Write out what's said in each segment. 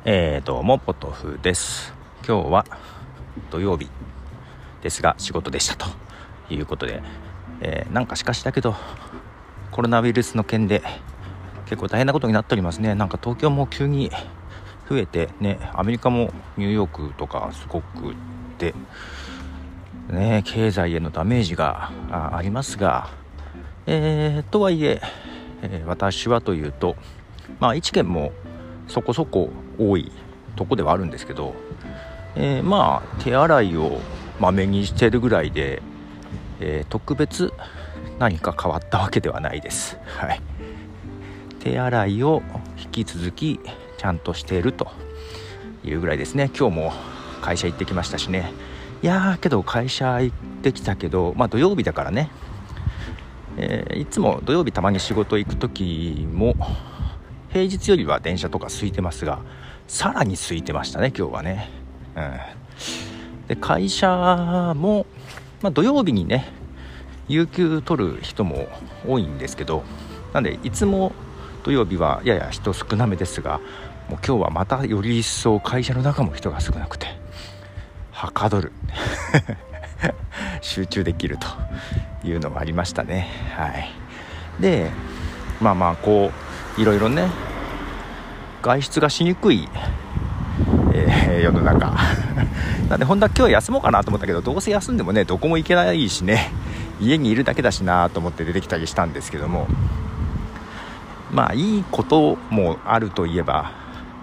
どうもポトフです。今日は土曜日ですが仕事でしたということで、なんかしかしだけどコロナウイルスの件で結構大変なことになっておりますね。なんか東京も急に増えてね、アメリカもニューヨークとかすごくでね、経済へのダメージがありますが、とはいえ私はというと、一件もそこそこ多いとこではあるんですけど、手洗いをまめにしてるぐらいで、特別何か変わったわけではないです。はい、手洗いを引き続きちゃんとしているというぐらいですね。今日も会社行ってきましたしね。いやけど会社行ってきたけど、土曜日だからね、いつも土曜日たまに仕事行く時も平日よりは電車とか空いてますが、さらに空いてましたね今日はね。で会社も、土曜日にね有給取る人も多いんですけど、なんでいつも土曜日はやや人少なめですが、もう今日はまたより一層会社の中も人が少なくてはかどる集中できるというのがありましたね。はい。でこういろいろね外出がしにくい、世の中なんで本当は今日休もうかなと思ったけど、どうせ休んでもねどこも行けないしね、家にいるだけだしなと思って出てきたりしたんですけども、いいこともあるといえば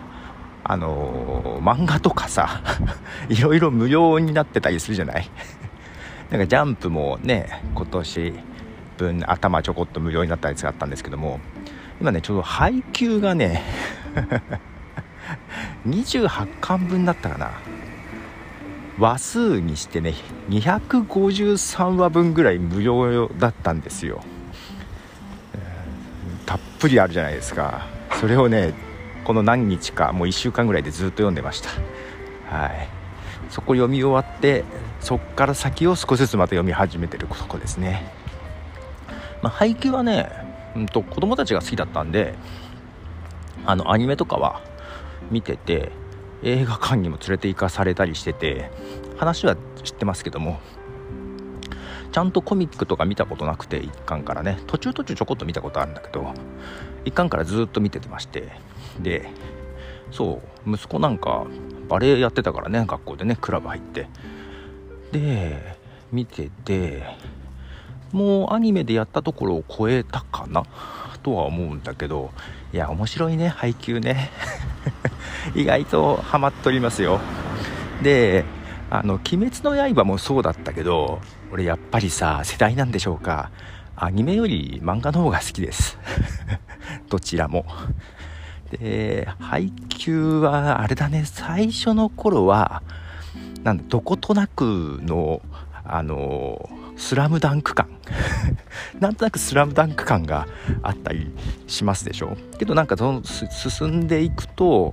漫画とかさいろいろ無料になってたりするじゃないなんかジャンプもね今年分頭ちょこっと無料になったやつがあったんですけども、今ねちょうど配給がね28巻分だったかな、話数にしてね253話分ぐらい無料だったんですよ。たっぷりあるじゃないですか。それをねこの何日かもう1週間ぐらいでずっと読んでました。はい。そこ読み終わってそっから先を少しずつまた読み始めてるとこですね。配給はね、子供たちが好きだったんでアニメとかは見てて、映画館にも連れて行かされたりしてて話は知ってますけども、ちゃんとコミックとか見たことなくて、一巻からね途中ちょこっと見たことあるんだけど、一巻からずっと見ててまして、でそう息子なんかバレエやってたからね、学校でねクラブ入ってで見てて、もうアニメでやったところを超えたかなとは思うんだけど、いや面白いね配給ね意外とハマっとりますよ。で鬼滅の刃もそうだったけど、俺やっぱりさ世代なんでしょうか、アニメより漫画の方が好きですどちらも。で配給はあれだね、最初の頃はどことなくのスラムダンク感なんとなくスラムダンク感があったりしますでしょ。けど進んでいくと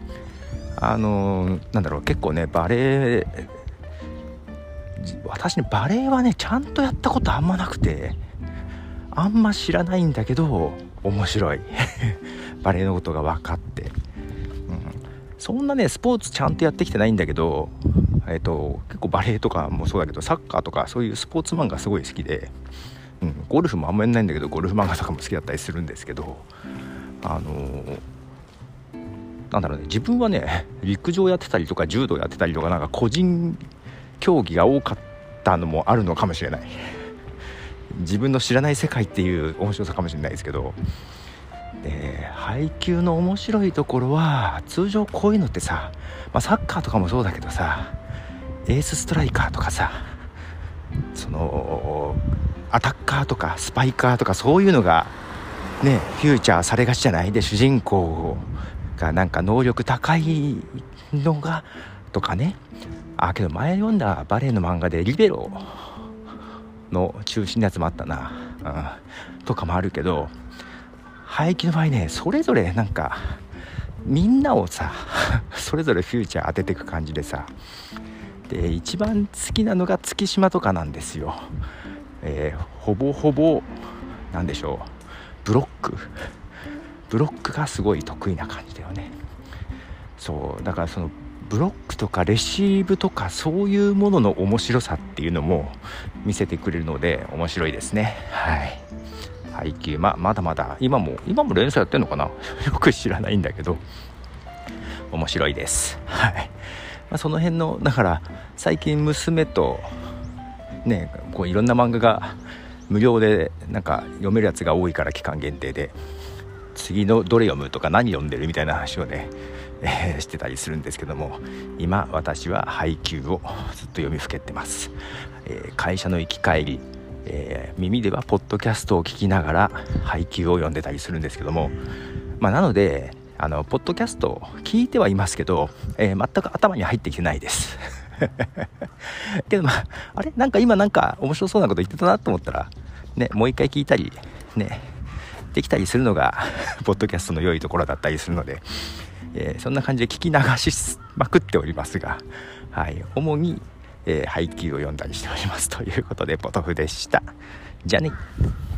結構ねバレエ、私ねバレエはねちゃんとやったことあんまなくてあんま知らないんだけど面白いバレエのことが分かって、そんなねスポーツちゃんとやってきてないんだけど、結構バレエとかもそうだけどサッカーとかそういうスポーツ漫画すごい好きで、ゴルフもあんまりないんだけどゴルフ漫画とかも好きだったりするんですけど、自分はね陸上やってたりとか柔道やってたりとか、なんか個人競技が多かったのもあるのかもしれない。自分の知らない世界っていう面白さかもしれないですけど、で配球の面白いところは通常こういうのってさ、サッカーとかもそうだけどさ、エースストライカーとかさ、アタッカーとかスパイカーとかそういうのがねフューチャーされがちじゃない。で主人公がなんか能力高いのがとかね。けど前読んだバレエの漫画でリベロの中心のやつもあったな、とかもあるけど、配球の場合ねそれぞれなんかみんなをさそれぞれフューチャー当てていく感じでさ、で一番好きなのが月島とかなんですよ。ほぼほぼなんでしょう、ブロックがすごい得意な感じだよね。 そうだからそのブロックとかレシーブとかそういうものの面白さっていうのも見せてくれるので面白いですね。はい配球、まだまだ今も連載やってんのかなよく知らないんだけど面白いです。はい、その辺のだから最近娘とねこういろんな漫画が無料でなんか読めるやつが多いから期間限定で次のどれ読むとか何読んでるみたいな話をね、してたりするんですけども、今私は配給をずっと読みふけってます。会社の行き帰り、耳ではポッドキャストを聞きながら配給を読んでたりするんですけども、なのでポッドキャスト聞いてはいますけど、全く頭に入ってきてないですけどあれなんか今なんか面白そうなこと言ってたなと思ったらねもう一回聞いたりねできたりするのがポッドキャストの良いところだったりするので、そんな感じで聞き流しまくっておりますが、はい、主に、配給を読んだりしておりますということでポトフでした。じゃあね。